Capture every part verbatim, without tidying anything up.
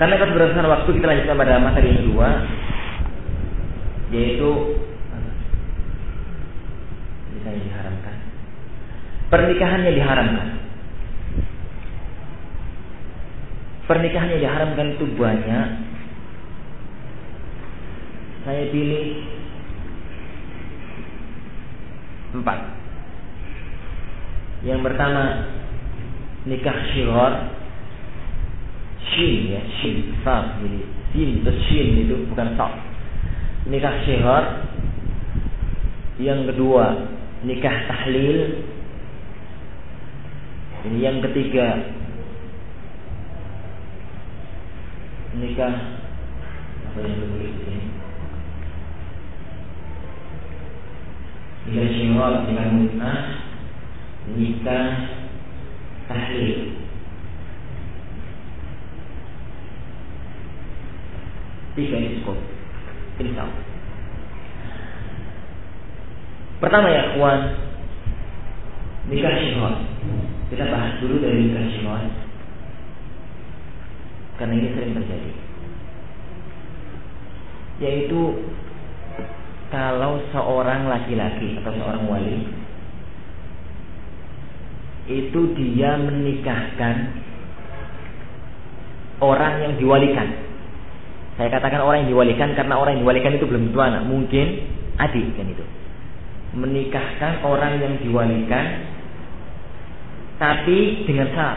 Karena keterbatasan waktu, kita lanjutkan pada materi yang kedua, yaitu nikah yang diharamkan. Pernikahan yang diharamkan. Pernikahan yang diharamkan itu banyak. Saya pilih empat. Yang pertama, nikah syighar. Shin ya, shin, fa, jadi sin plus shin itu bukan sa. Nikah syighar. Yang kedua, nikah tahlil. Ini yang ketiga, nikah apa yang ditulis di sini? Nikah syighar, nikah mut'ah, nikah tahlil. Tiga ini cukup. Insya Allah. Pertama ya kawan, nikah syighar. Kita bahas dulu dari nikah syighar, karena ini sering terjadi. Yaitu kalau seorang laki-laki atau seorang wali itu dia menikahkan orang yang diwalikan. Saya katakan orang yang diwalikan karena orang yang diwalikan itu belum tentu anak, mungkin adik kan itu. Menikahkan orang yang diwalikan, tapi dengan syarat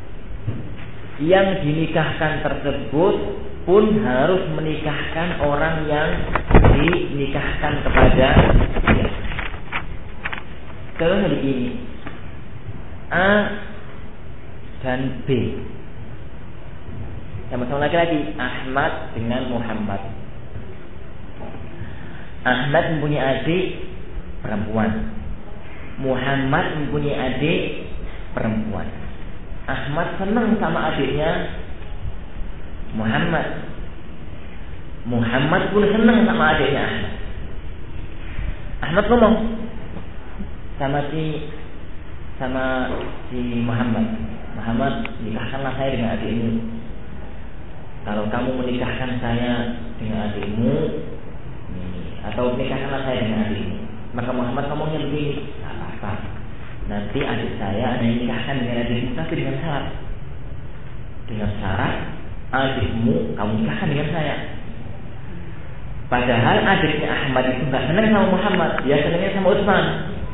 yang dinikahkan tersebut pun harus menikahkan orang yang dinikahkan kepada dia. Contohnya begini, A dan B, sama-sama laki-laki, Ahmad dengan Muhammad. Ahmad mempunyai adik perempuan, Muhammad mempunyai adik perempuan. Ahmad senang sama adiknya Muhammad, Muhammad pun senang sama adiknya Ahmad. Ahmad ngomong sama si sama si Muhammad, Muhammad, nikahkanlah saya dengan adik ini. Kalau kamu menikahkan saya dengan adikmu, atau menikahkanlah saya dengan adikmu. Maka Muhammad ngomongnya begini, tak apa-apa, nanti adik saya ada yang nikahkan dengan adikmu, tapi dengan syarat, dengan syarat adikmu kamu nikahkan dengan saya. Padahal adiknya Ahmad itu nggak senang sama Muhammad, dia senangnya sama Utsman.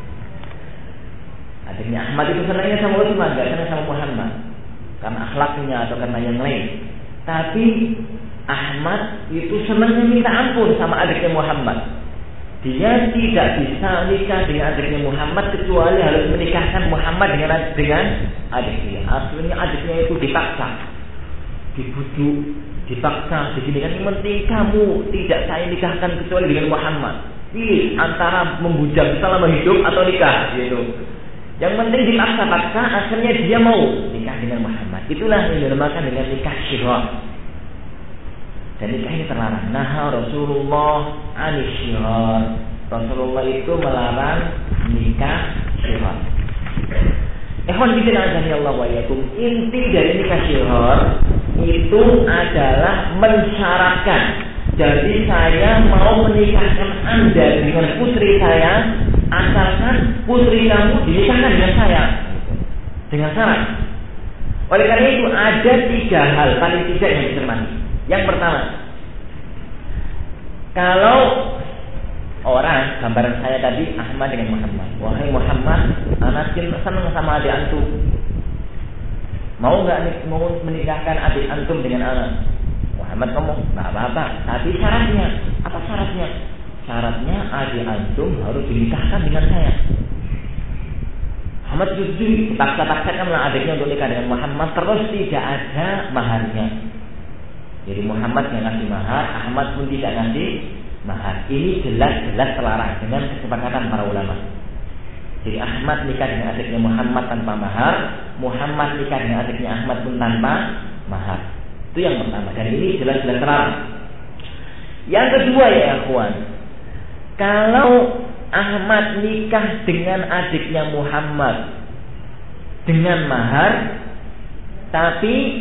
Adiknya Ahmad itu senangnya sama Utsman, nggak senang sama Muhammad, karena akhlaknya atau karena yang lain. Tapi Ahmad itu senangnya minta ampun sama adiknya Muhammad. Dia tidak bisa nikah dengan adiknya Muhammad kecuali harus menikahkan Muhammad dengan dengan adiknya. Akhirnya adiknya itu dipaksa, dibujuk, dipaksa, diginikan. Yang penting kamu tidak saya nikahkan kecuali dengan Muhammad. Pilih antara membujang selama hidup atau nikah, gitu. Yang penting dipaksa-paksa, akhirnya dia mau nikah dengan Muhammad. Itulah yang dinamakan dengan nikah syighar. Dan nikah ini terlarang. Nah, Rasulullah anis syighar. Rasulullah itu melarang nikah syighar. Ikhwan fillah azanillahu wa iyyakum. Inti dari nikah syighar itu adalah mensyaratkan. Jadi saya mau menikahkan Anda dengan putri saya, asalkan putri kamu dinikahkan dengan saya, dengan syarat. Oleh karena itu ada tiga hal paling tidak yang dicermati. Yang pertama, kalau orang, gambaran saya tadi Ahmad dengan Muhammad, wahai Muhammad, anak cinta senang sama adik antum, mau nggak mau menikahkan adik antum dengan anak? Muhammad ngomong, nggak apa-apa, tapi syaratnya, apa syaratnya? Syaratnya adik antum harus dinikahkan dengan saya. Muhammad setuju, paksa-paksakanlah adiknya untuk nikah dengan Muhammad, terus tidak ada maharnya. Jadi Muhammad yang ngasih mahar, Ahmad pun tidak ngasih mahar. Ini jelas-jelas terlarang dengan kesepakatan para ulama. Jadi Ahmad nikah dengan adiknya Muhammad tanpa mahar, Muhammad nikah dengan adiknya Ahmad pun tanpa mahar. Itu yang pertama. Dan ini jelas-jelas terlarang. Yang kedua ya akhwan, kalau Ahmad nikah dengan adiknya Muhammad dengan mahar, tapi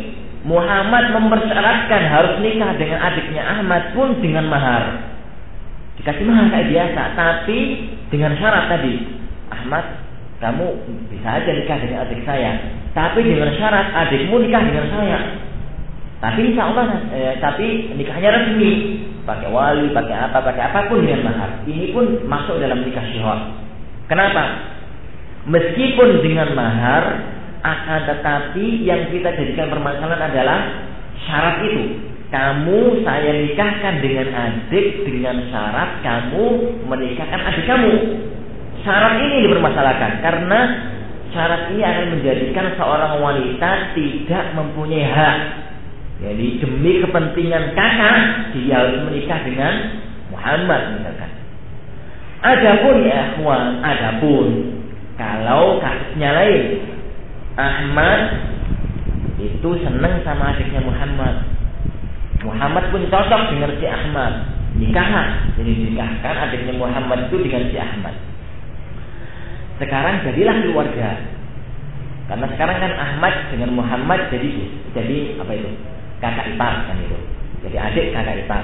Muhammad mempersyaratkan harus nikah dengan adiknya Ahmad pun dengan mahar. Dikasih mahar kayak biasa, tapi dengan syarat tadi. Ahmad, kamu bisa aja nikah dengan adik saya, tapi dengan syarat adikmu nikah dengan saya. Tapi insya Allah, eh, tapi nikahnya resmi, pakai wali, pakai apa, pakai apapun dengan mahar. Ini pun masuk dalam nikah syihor. Kenapa? Meskipun dengan mahar, akan tetapi yang kita jadikan permasalahan adalah syarat itu. Kamu saya nikahkan dengan adik dengan syarat kamu menikahkan adik kamu. Syarat ini dipermasalahkan karena syarat ini akan menjadikan seorang wanita tidak mempunyai hak. Jadi demi kepentingan kakak dia harus menikah dengan Muhammad misalkan. Adapun ya ikhwan, adapun kalau kasusnya lain, Ahmad itu senang sama adiknya Muhammad. Muhammad pun cocok dengan si Ahmad. Nikah, jadi nikahkan adiknya Muhammad itu dengan si Ahmad. Sekarang jadilah keluarga. Karena sekarang kan Ahmad dengan Muhammad jadi jadi apa itu? Kakak ipar kan itu. Jadi adik kakak ipar.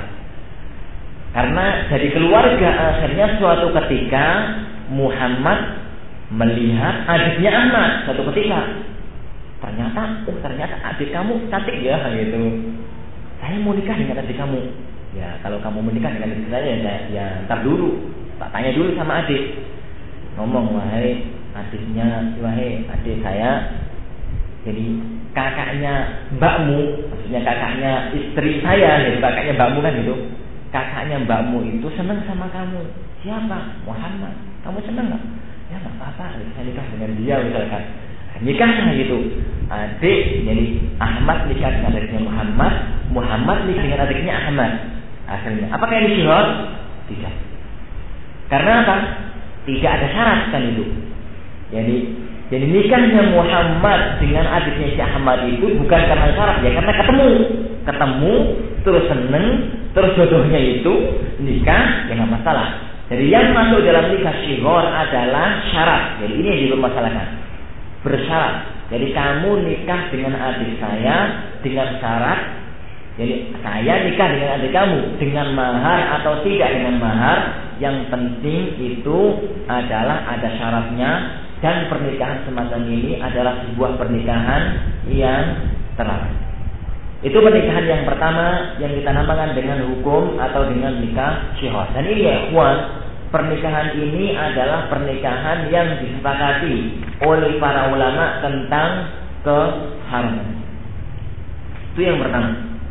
Karena jadi keluarga akhirnya suatu ketika Muhammad melihat adiknya Ahmad suatu ketika. Ternyata, oh ternyata adik kamu cantik ya gitu. Saya mau nikah dengan adik kamu. Ya kalau kamu menikah dengan adik saya ya, ya ntar dulu. Tak tanya dulu sama adik. Ngomong, wahai adiknya, wahai adik saya. Jadi kakaknya mbakmu, maksudnya kakaknya istri saya, jadi kakaknya mbakmu kan gitu. Kakaknya mbakmu itu senang sama kamu. Siapa? Muhammad. Kamu senang nggak? Ya nggak apa-apa, saya nikah dengan dia misalkan. Nikahnya gitu. Adik, jadi Ahmad nikah dengan adiknya Muhammad, Muhammad nikah dengan adiknya Ahmad. Akhirnya, apakah ini syihor? Tidak. Karena apa? Tidak ada syarat kan itu. Jadi Jadi nikahnya Muhammad dengan adiknya si Ahmad itu bukan karena syarat ya, karena ketemu, ketemu terus seneng, terus jodohnya itu nikah ya nggak masalah. Jadi yang masuk dalam nikah syihor adalah syarat. Jadi ini yang dipermasalahkan. Bersyarat. Jadi kamu nikah dengan adik saya dengan syarat. Jadi saya nikah dengan adik kamu dengan mahar atau tidak dengan mahar. Yang penting itu adalah ada syaratnya. Dan pernikahan semacam ini adalah sebuah pernikahan yang terlarang. Itu pernikahan yang pertama yang kita namakan dengan hukum atau dengan nikah syihor. Dan ini ya ikhwan, pernikahan ini adalah pernikahan yang disepakati oleh para ulama tentang keharaman. Itu yang pertama.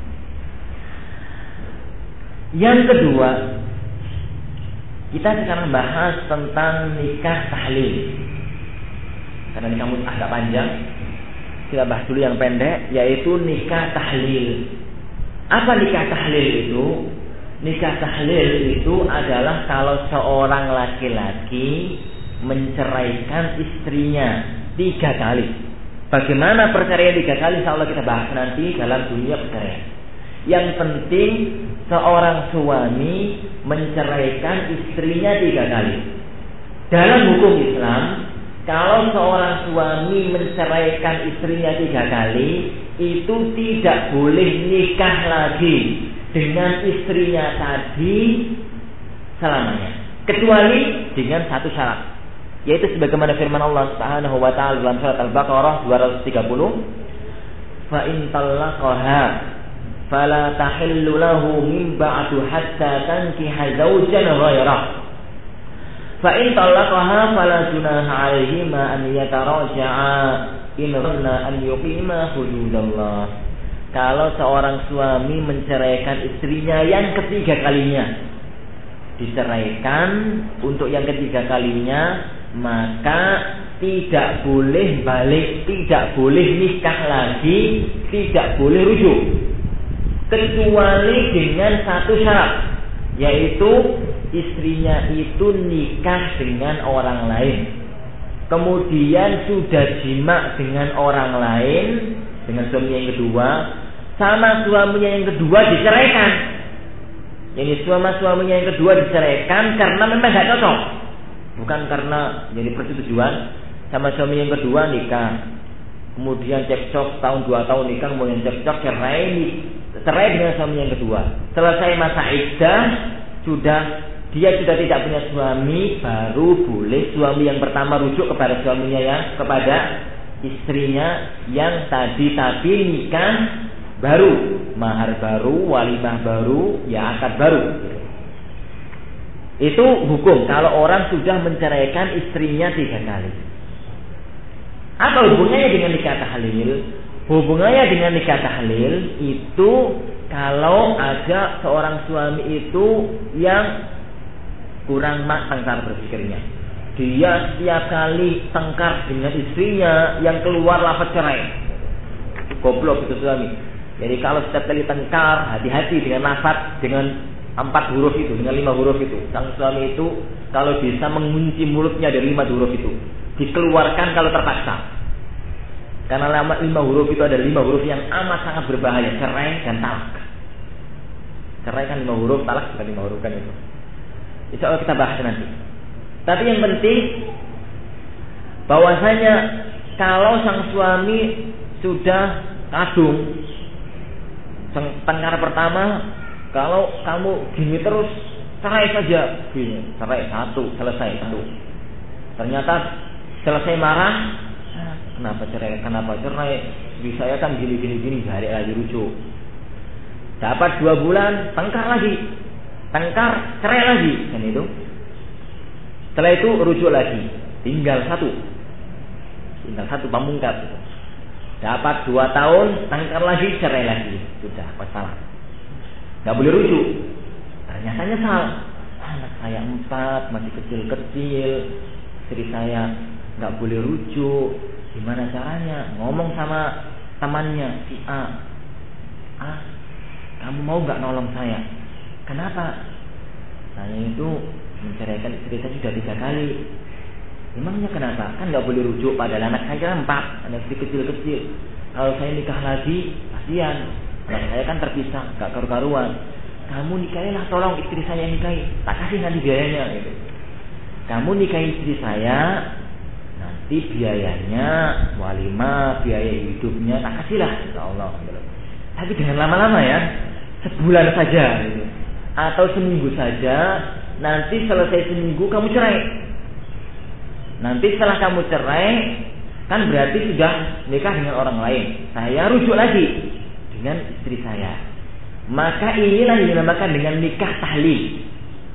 Yang kedua, kita sekarang bahas tentang nikah tahlil. Karena ini kamu agak panjang, kita bahas dulu yang pendek, yaitu nikah tahlil. Apa nikah tahlil itu? Nikah tahlil itu adalah kalau seorang laki-laki menceraikan istrinya tiga kali. Bagaimana perceraian tiga kali? Insya Allah kita bahas nanti dalam dunia perceraian. Yang penting seorang suami menceraikan istrinya tiga kali. Dalam hukum Islam, kalau seorang suami menceraikan istrinya tiga kali, itu tidak boleh nikah lagi dengan istrinya tadi selamanya, kecuali dengan satu syarat, yaitu sebagaimana firman Allah Subhanahu wa taala dalam surat Al-Baqarah dua ratus tiga puluh, "Fa in talaqaha fala tahillu lahu min ba'du hatta tankiha zawjan ghairah." Fa in talaqaha fala junaha 'alaihima an yataraja'a in ranna an yuqima hududallah. Kalau seorang suami menceraikan istrinya yang ketiga kalinya, diceraikan untuk yang ketiga kalinya, maka tidak boleh balik, tidak boleh nikah lagi, tidak boleh rujuk, kecuali dengan satu syarat, yaitu istrinya itu nikah dengan orang lain, kemudian sudah jima dengan orang lain, dengan suaminya yang kedua, sama suaminya yang kedua diceraikan. Jadi suami suaminya yang kedua diceraikan karena memang gak cocok, bukan karena jadi persetujuan. Sama suami yang kedua nikah, kemudian cekcok tahun dua tahun nikah, kemudian cekcok cerai, cerai dengan suami yang kedua. Selesai masa iddah, sudah dia sudah tidak punya suami, baru boleh suami yang pertama rujuk kepada suaminya yang kepada istrinya yang tadi tapi nikah baru, mahar baru, walimah baru, ya akad baru. Itu hukum kalau orang sudah menceraikan istrinya tiga kali. Apa hubungannya dengan nikah tahlil? Hubungannya dengan nikah tahlil itu kalau ada seorang suami itu yang kurang matang cara berpikirnya. Dia setiap kali tengkar dengan istrinya yang keluar lafaz cerai. Goblok itu suami. Jadi kalau setiap kali tengkar, hati-hati dengan lafaz dengan empat huruf itu, dengan lima huruf itu. Sang suami itu kalau bisa mengunci mulutnya dari lima huruf itu, dikeluarkan kalau terpaksa. Karena lima huruf itu ada lima huruf yang amat sangat berbahaya, cerai dan talak. Cerai kan lima huruf, talak bukan lima huruf kan itu. Insya Allah kita bahas nanti. Tapi yang penting bahwasanya kalau sang suami sudah kadung, tengkar pertama, kalau kamu gini terus, cerai saja, gini, cerai satu, selesai satu. Ternyata selesai marah, kenapa cerai? Kenapa cerai? Istri saya kan gini gini gini, hari lagi rujuk. Dapat dua bulan, tengkar lagi, tengkar, cerai lagi, kan itu. Setelah itu rujuk lagi, tinggal satu, tinggal satu pamungkas. Dapat dua tahun, tengkar lagi, cerai lagi, sudah masalah. Gak boleh rujuk. Ternyata nyesal. Anak saya empat, masih kecil-kecil, istri saya gak boleh rujuk. Gimana caranya? Ngomong sama temannya si A. Ah, kamu mau gak nolong saya? Kenapa? Saya itu menceraikan istri saya sudah tiga kali. Emangnya kenapa? Kan gak boleh rujuk. Padahal anak saya empat, anak istri kecil-kecil. Kalau saya nikah lagi, kasihan. Anak saya kan terpisah, gak karu-karuan. Kamu nikahilah, tolong istri saya nikahi, tak kasih nanti biayanya gitu. Kamu nikahi istri saya, nanti biayanya walimah, biaya hidupnya tak kasihlah, insya Allah. Tapi jangan lama-lama ya, sebulan saja gitu. Atau seminggu saja. Nanti selesai seminggu kamu cerai. Nanti setelah kamu cerai, kan berarti sudah nikah dengan orang lain. Saya rujuk lagi dengan istri saya. Maka inilah yang dinamakan dengan nikah tahlil.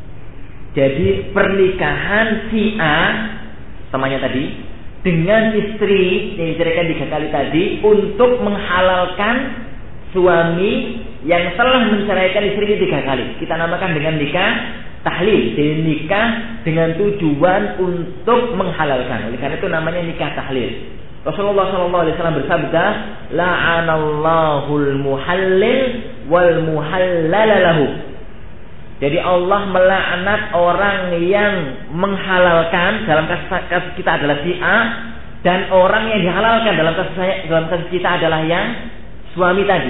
Jadi pernikahan si A, temannya tadi, dengan istri yang diceraikan tiga kali tadi untuk menghalalkan suami yang telah menceraikan istrinya tiga kali. Kita namakan dengan nikah tahlil. Jadi nikah dengan tujuan untuk menghalalkan. Oleh karena itu namanya nikah tahlil. Rasulullah shallallahu alaihi wasallam bersabda, la'anallahul muhallil wal muhallalalahu. Jadi Allah melaknat orang yang menghalalkan, dalam kasus kita adalah si A, dan orang yang dihalalkan dalam kasus saya, dalam kasus kita adalah yang suami tadi.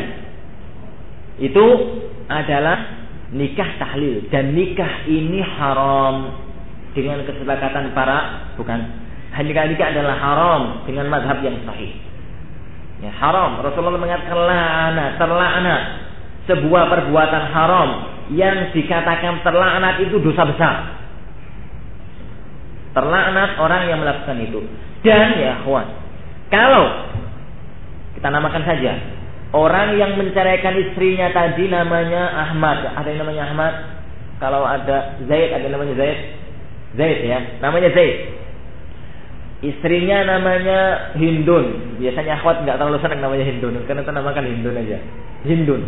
Itu adalah nikah tahlil, dan nikah ini haram dengan kesepakatan para bukan nikah-nikah adalah haram dengan mazhab yang sahih. Ya, haram. Rasulullah mengatakan la'ana, terlaknat sebuah perbuatan haram yang dikatakan terlaknat itu dosa besar. Terlaknat orang yang melakukan itu. Dan ya, kawan, kalau kita namakan saja orang yang menceraikan istrinya tadi namanya Ahmad. Ada yang namanya Ahmad. Kalau ada Zaid, ada yang namanya Zaid. Zaid ya, namanya Zaid. Istrinya namanya Hindun. Biasanya akhwat nggak terlalu senang namanya Hindun, karena itu namakan Hindun aja. Hindun.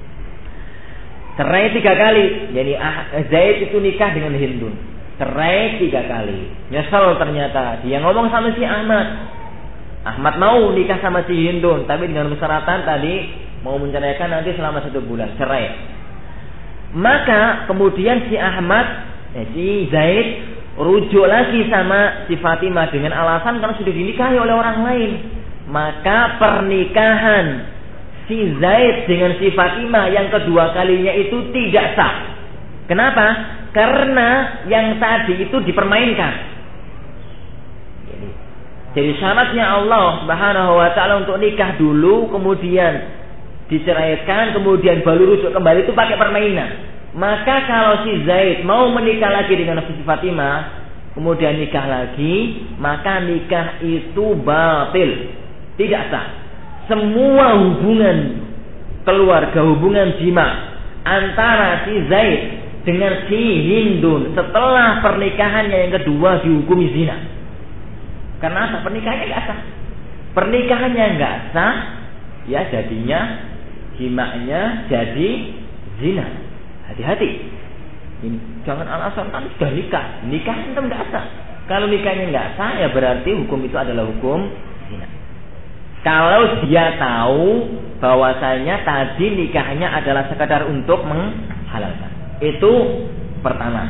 Cerai tiga kali. Jadi Zaid itu nikah dengan Hindun. Cerai tiga kali. Nyesel ternyata. Dia ngomong sama si Ahmad. Ahmad mau nikah sama si Hindun, tapi dengan persyaratan tadi mau menceraikan nanti selama satu bulan. Cerai. Maka kemudian si Ahmad, eh, si Zaid rujuk lagi sama si Fatimah dengan alasan karena sudah dinikahi oleh orang lain. Maka pernikahan si Zaid dengan si Fatimah yang kedua kalinya itu tidak sah. Kenapa? Karena yang tadi itu dipermainkan. Jadi, Jadi syaratnya Allah Subhanahu wa taala untuk nikah dulu, kemudian diceraikan, kemudian baru rujuk kembali, itu pakai permainan. Maka kalau si Zaid mau menikah lagi dengan Siti Fatimah, kemudian nikah lagi, maka nikah itu batil, tidak sah. Semua hubungan keluarga, hubungan jima antara si Zaid dengan si Hindun setelah pernikahannya yang kedua dihukumi zina. Karena apa? Pernikahannya nggak sah. Pernikahannya nggak sah, ya jadinya jimanya jadi zina. Hati-hati. Jangan alasan kan sudah nikah, nikah itu nggak sah. Kalau nikahnya nggak sah, ya berarti hukum itu adalah hukum zina. Kalau dia tahu bahwasanya tadi nikahnya adalah sekadar untuk menghalalkan, itu pertama.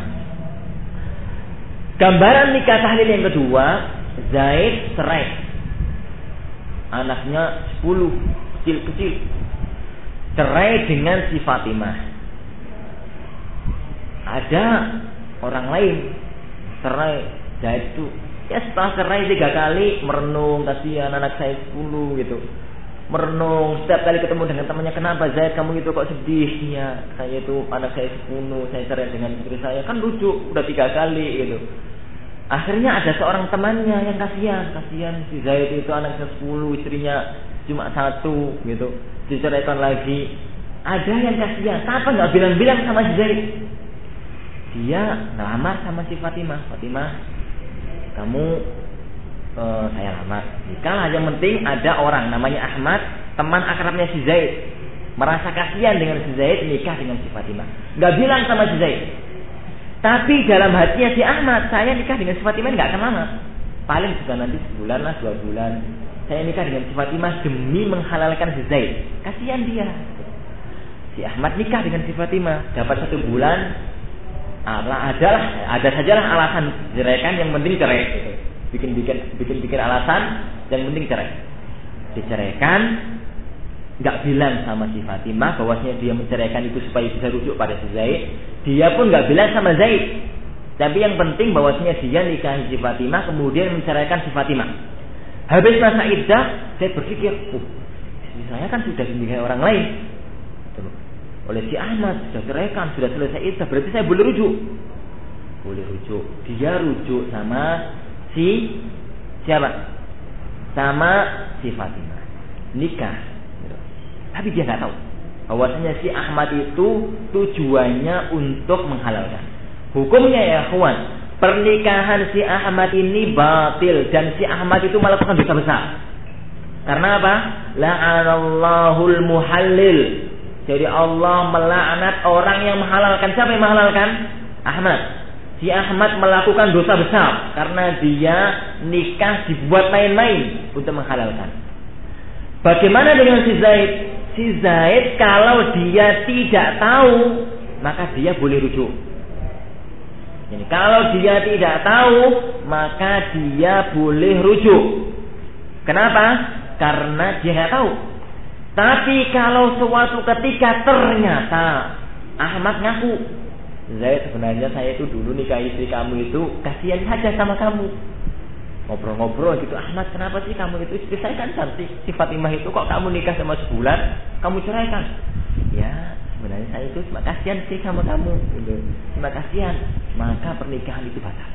Gambaran nikah tahlil yang kedua, Zaid cerai, anaknya sepuluh, kecil-kecil, cerai dengan si Fatimah. Ada orang lain cerai, Zaid itu ya setelah cerai tiga kali merenung, kasihan anak saya sepuluh gitu, merenung setiap kali ketemu dengan temannya, kenapa Zaid kamu itu kok sedih? Ya saya itu anak saya sepuluh, saya cerai dengan istri saya, kan lucu udah tiga kali gitu. Akhirnya ada seorang temannya yang kasihan, kasihan si Zaid itu anaknya sepuluh, istrinya cuma satu gitu, diceraikan lagi. Ada yang kasihan, kenapa nggak bilang-bilang sama si Zaid? Dia ngelamar sama si Fatimah. Fatimah, kamu uh, saya lamar, nikah. Yang penting ada orang namanya Ahmad, teman akrabnya si Zaid, merasa kasihan dengan si Zaid, nikah dengan si Fatimah. Nggak bilang sama si Zaid, tapi dalam hatinya si Ahmad, saya nikah dengan si Fatimah nggak akan lama, paling juga nanti sebulan lah, dua bulan. Saya nikah dengan si Fatimah demi menghalalkan si Zaid. Kasihan dia. Si Ahmad nikah dengan si Fatimah, dapat satu bulan. Ada adalah ada sajalah alasan ceraikan, yang penting cerai gitu. bikin bikin bikin bikin alasan, yang penting cerai. Diceraikan, nggak bilang sama si Fatimah bahwasanya dia menceraikan itu supaya bisa rujuk pada si Zaid. Dia pun nggak bilang sama Zaid, tapi yang penting bahwasanya dia nikahi si Fatimah, kemudian menceraikan si Fatimah. Habis masa iddah, saya berpikir, oh, istri saya kan sudah dinikahi orang lain oleh si Ahmad, sudah ceraikan, sudah selesai iddah, berarti saya boleh rujuk. Boleh rujuk. Dia rujuk sama si siapa? Sama si Fatimah. Nikah. Tapi dia nggak tahu bahwasanya si Ahmad itu tujuannya untuk menghalalkan. Hukumnya ya kawan, pernikahan si Ahmad ini batil, dan si Ahmad itu melakukan dosa besar. Karena apa? La'anallahul muhallil. Jadi Allah melaknat orang yang menghalalkan. Siapa yang menghalalkan? Ahmad. Si Ahmad melakukan dosa besar karena dia nikah dibuat main-main untuk menghalalkan. Bagaimana dengan si Zaid? Si Zaid kalau dia tidak tahu, maka dia boleh rujuk. Jadi kalau dia tidak tahu, maka dia boleh rujuk. Kenapa? Karena dia nggak tahu. Tapi kalau suatu ketika ternyata Ahmad ngaku, Zaid sebenarnya saya itu dulu nikah istri kamu itu kasihan saja sama kamu. Ngobrol-ngobrol gitu, Ahmad kenapa sih kamu itu, istri saya kan cantik, si Fatimah itu kok kamu nikah sama sebulan kamu ceraikan? Ya sebenarnya saya itu cuma kasihan sih sama kamu gitu. Cuma kasihan, maka pernikahan itu batal.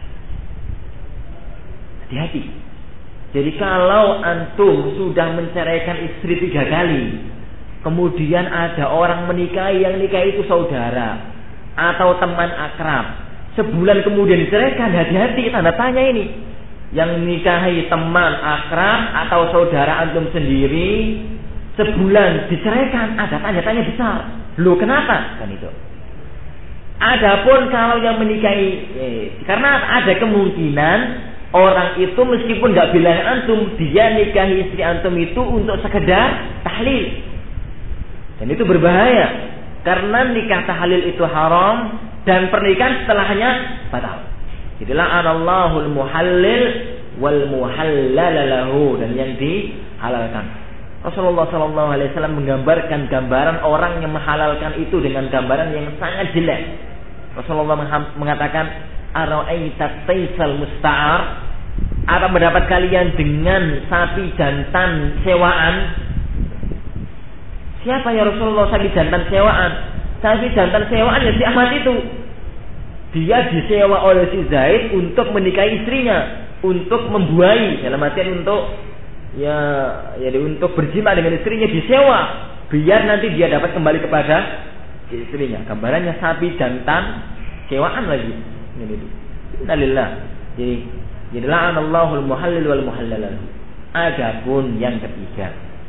Hati-hati. Jadi kalau antum sudah menceraikan istri tiga kali, kemudian ada orang menikahi, yang nikah itu saudara atau teman akrab, sebulan kemudian diceraikan, hati-hati, tanda tanya ini. Yang nikahi teman akrab atau saudara antum sendiri, sebulan diceraikan, ada tanya-tanya besar. Loh kenapa? Kan itu. Adapun kalau yang menikahi, eh, karena ada kemungkinan orang itu meskipun nggak bilang antum, dia nikahi istri antum itu untuk sekedar tahlil, dan itu berbahaya karena nikah tahlil itu haram dan pernikahan setelahnya batal. Jadilah Allahul muhallil wal muhallal lahu, dan yang dihalalkan. Rasulullah Shallallahu Alaihi Wasallam menggambarkan gambaran orang yang menghalalkan itu dengan gambaran yang sangat jelek. Rasulullah mengatakan, Ara'aita taisal musta'ar, Apa pendapat kalian dengan sapi jantan sewaan? Siapa ya Rasulullah sapi jantan sewaan? Sapi jantan sewaan ya si Ahmad itu. Dia disewa oleh si Zaid untuk menikahi istrinya, untuk membuai, dalam artian untuk ya, jadi untuk berjima dengan istrinya disewa, biar nanti dia dapat kembali kepada istrinya. Gambarannya sapi jantan sewaan lagi. Ini itu. Innalillah. Jadi Jadi la'anallahul muhallil wal muhallal. Adapun yang ketiga,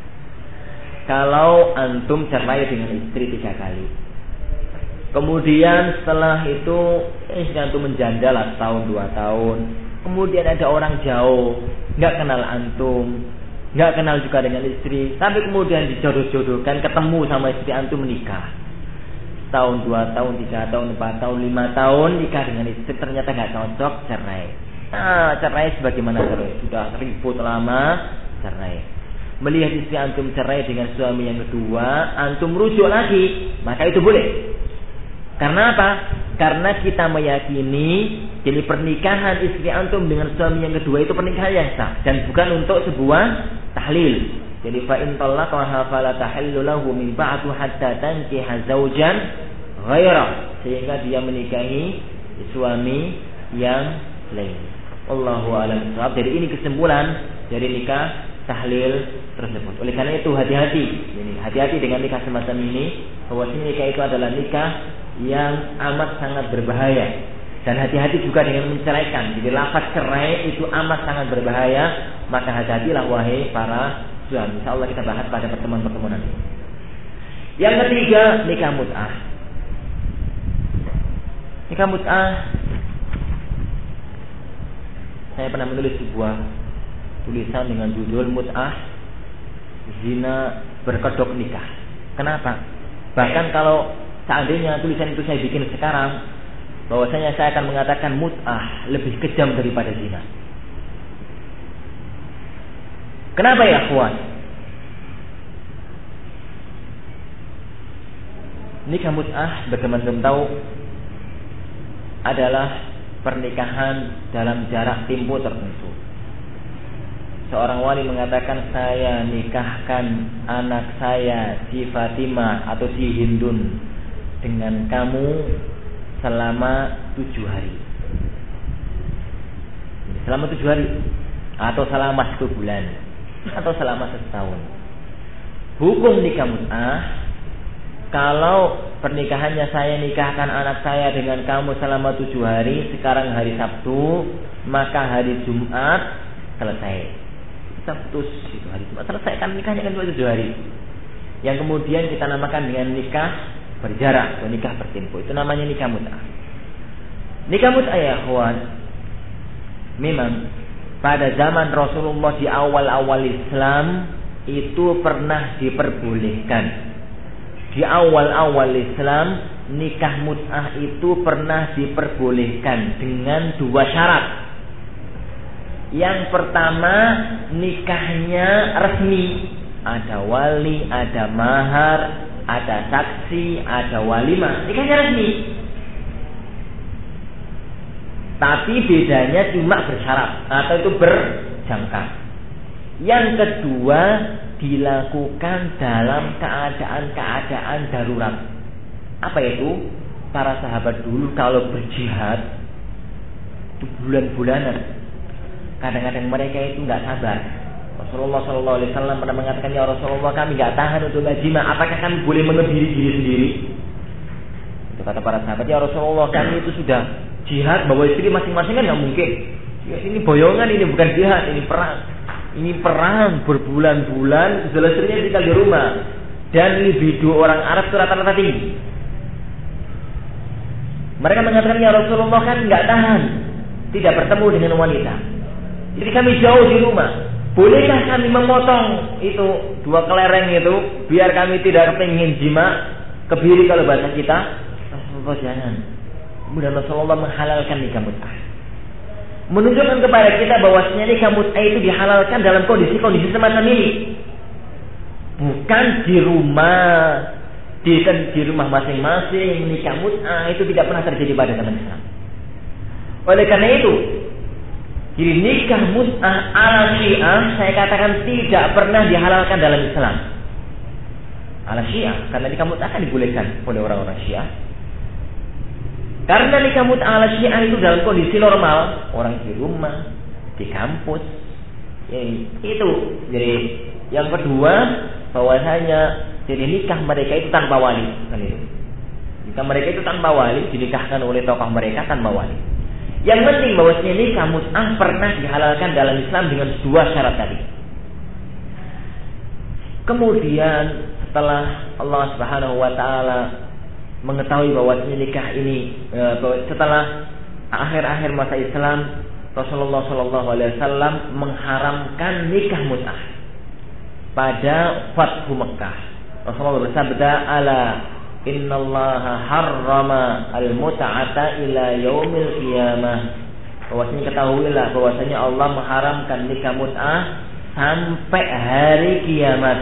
kalau antum cerai dengan istri tiga kali, kemudian setelah itu istri antum menjanda lah setahun dua tahun, kemudian ada orang jauh, nggak kenal antum, nggak kenal juga dengan istri, tapi kemudian dijodoh-jodohkan ketemu sama istri antum menikah, setahun dua tahun tiga tahun empat tahun lima tahun nikah dengan istri, ternyata nggak cocok, cerai. Nah, cerai sebagaimana cerai, sudah ribut lama, cerai. Melihat istri antum cerai dengan suami yang kedua, antum rujuk lagi, maka itu boleh. Karena apa? Karena kita meyakini jadi pernikahan istri antum dengan suami yang kedua itu pernikahan yang sah dan bukan untuk sebuah tahlil. Jadi fa in talaqaha fala tahillu lahu min ba'du hatta tankiha zawjan ghaira, sehingga dia menikahi suami yang lain. Allahu a'lam bishawab. Jadi ini kesimpulan dari nikah tahlil tersebut. Oleh karena itu hati-hati, ini hati-hati dengan nikah semacam ini, bahwa nikah itu adalah nikah yang amat sangat berbahaya. Dan hati-hati juga dengan menceraikan. Jadi lafaz cerai itu amat sangat berbahaya. Maka hati-hatilah wahai para suami. Insyaallah kita bahas pada pertemuan-pertemuan nanti. Yang ketiga, nikah mut'ah. Nikah mut'ah, saya pernah menulis sebuah tulisan dengan judul Mut'ah Zina Berkedok Nikah. Kenapa? Bahkan kalau seandainya tulisan itu saya bikin sekarang, bahwasanya saya akan mengatakan mut'ah lebih kejam daripada zina. Kenapa ya kawan? Nikah mut'ah bagaimana belum tahu adalah pernikahan dalam jarak tempo tertentu. Seorang wali mengatakan, saya nikahkan anak saya si Fatimah atau si Hindun dengan kamu selama tujuh hari. Selama tujuh hari atau selama satu bulan atau selama setahun. Hukum nikah mut'ah, kalau pernikahannya saya nikahkan anak saya dengan kamu selama tujuh hari, sekarang hari Sabtu, maka hari Jumat selesai. Sabtu itu hari Jumat selesaikan nikahnya kan tujuh hari. Yang kemudian kita namakan dengan nikah berjarak atau nikah bertempo. Itu namanya nikah mut'ah. Nikah mut'ah ya kawan, memang pada zaman Rasulullah di awal-awal Islam itu pernah diperbolehkan. Di awal-awal Islam nikah mut'ah itu pernah diperbolehkan dengan dua syarat. Yang pertama, nikahnya resmi, ada wali, ada mahar, ada saksi, ada walimah, nikahnya resmi. Tapi bedanya cuma bersyarat atau itu berjangka. Yang kedua, dilakukan dalam keadaan-keadaan darurat. Apa itu? Para sahabat dulu kalau berjihad itu bulan-bulanan. Kadang-kadang mereka itu nggak sabar. Rasulullah shallallahu alaihi wasallam pernah mengatakan, ya Rasulullah, kami nggak tahan untuk ngajima. Apakah kami boleh mengebiri diri sendiri? Itu kata para sahabat, ya Rasulullah, kami itu sudah jihad bawa istri masing-masing kan nggak mungkin. Ya, ini boyongan, ini bukan jihad, ini perang. Ini perang berbulan-bulan, selesainya tinggal di rumah. Dan libido orang Arab itu rata-rata tinggi. Mereka mengatakan, ya Rasulullah, kan nggak tahan tidak bertemu dengan wanita. Jadi kami jauh di rumah. Bolehkah kami memotong itu dua kelereng itu biar kami tidak kepingin jima, kebiri kalau bahasa kita? Rasulullah jangan. Kemudian Rasulullah menghalalkan nikah mut'ah, menunjukkan kepada kita bahwasanya nikah mut'ah itu dihalalkan dalam kondisi-kondisi semacam ini. Bukan di rumah, di, di rumah masing-masing. Nikah mut'ah itu tidak pernah terjadi pada zaman Islam. Oleh karena itu, Jadi nikah mut'ah ala Syiah saya katakan tidak pernah dihalalkan dalam Islam. Ala Syiah, karena nikah mut'ah kan dibolehkan oleh orang-orang Syiah. Karena nikah mut'ah ala Syiah itu dalam kondisi normal, orang di rumah, di kampus. Ya, itu. Jadi yang kedua, bahwasanya jadi nikah mereka itu tanpa wali, kan itu. Nikah mereka itu tanpa wali, dinikahkan oleh tokoh mereka tanpa wali. Yang penting bahwasanya nikah mut'ah pernah dihalalkan dalam Islam dengan dua syarat tadi. Kemudian setelah Allah Subhanahu wa taala mengetahui bahwasanya nikah ini setelah akhir-akhir masa Islam, Rasulullah shallallahu alaihi wasallam mengharamkan nikah mut'ah pada Fathu Mekkah. Rasulullah bersabda, "Ala innallaha harrama al-mut'ata ila yaumil qiyamah." Bahwasanya ketahuilah bahwasanya Allah mengharamkan nikah mut'ah sampai hari kiamat.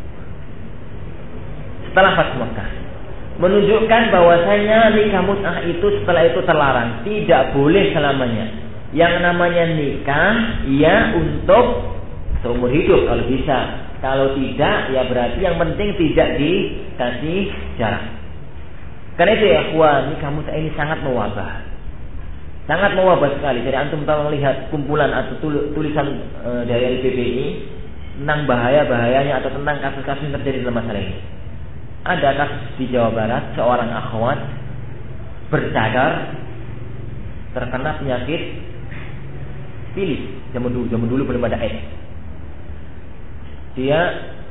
Setelah Fathu Mekkah, menunjukkan bahwasanya nikah mut'ah itu setelah itu terlarang, tidak boleh selamanya. Yang namanya nikah ya untuk seumur hidup kalau bisa. Kalau tidak, ya berarti yang penting tidak dikasih jarak. Karena itu ya, ikhwan, nikah mut'ah ini sangat mewabah. Sangat mewabah sekali. Jadi antum tolong lihat kumpulan atau tulisan e, dari L B B I tentang bahaya-bahayanya atau tentang kasus-kasus yang terjadi dalam masalah ini. Ada kasus di Jawa Barat, seorang akhwat bercadar terkena penyakit tilis. Zaman dulu, zaman dulu belum ada AIDS. Dia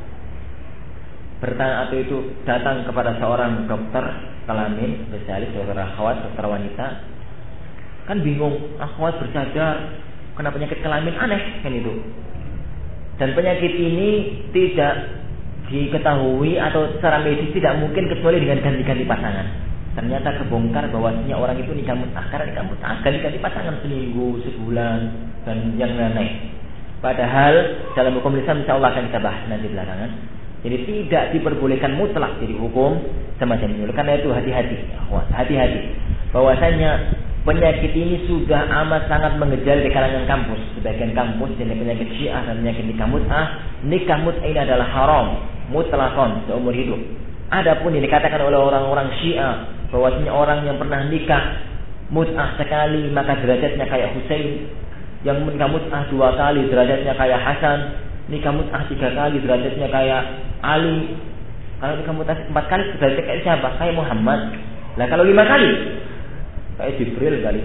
bertanya atau itu datang kepada seorang dokter kelamin, spesialis dokter akhwat, dokter wanita. Kan bingung, akhwat bercadar kena penyakit kelamin, aneh kan itu. Dan penyakit ini tidak diketahui atau secara medis tidak mungkin kecuali dengan ganti-ganti pasangan. Ternyata kebongkar bahwasanya orang itu nikah mut'ah karena nikah mut'ah ganti-ganti pasangan seminggu, sebulan dan yang lain-lain. Padahal dalam hukum Islam insya Allah akan kita bahas nanti belakangan. Jadi tidak diperbolehkan mutlak jadi hukum semacam ini. Karena itu hati-hati, hati-hati. Bahwasanya penyakit ini sudah amat sangat mengejar di kalangan kampus. Sebagian kampus jadi penyakit Syiah dan penyakit nikah mut'ah. Nikah mut'ah ini adalah haram mutlakon seumur hidup. Adapun yang dikatakan oleh orang-orang Syiah bahwasanya orang yang pernah nikah mut'ah sekali maka derajatnya kayak Husain, yang nikah mut'ah dua kali derajatnya kayak Hasan, nikah mut'ah tiga kali derajatnya kayak Ali, kalau nikah mut'ah empat kali derajatnya kayak siapa? Kayak Muhammad. Lah kalau lima kali kayak Jibril kali.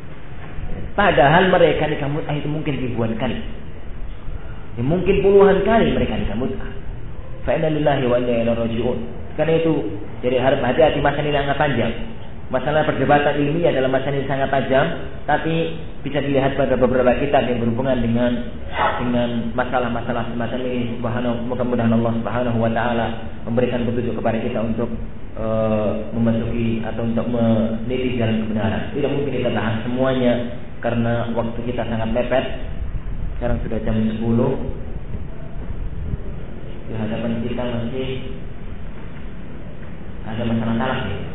Padahal mereka nikah mut'ah itu mungkin ribuan kali, ya, mungkin puluhan kali mereka nikah mut'ah. Fa inna lillahi wa inna ilaihi raji'un. Karena itu jadi harus hati-hati, masalah ini sangat panjang. Masalah perdebatan ilmiah adalah masalah yang sangat tajam, tapi bisa dilihat pada beberapa kitab yang berhubungan dengan dengan masalah-masalah semacam ini. Subhanahu, mudah-mudahan Allah Subhanahu wa taala memberikan petunjuk kepada kita untuk uh, memasuki atau untuk meniti jalan kebenaran. Tidak mungkin kita bahas semuanya karena waktu kita sangat mepet. Sekarang sudah jam sepuluh. Di hadapan kita masih ada masalah talak ya.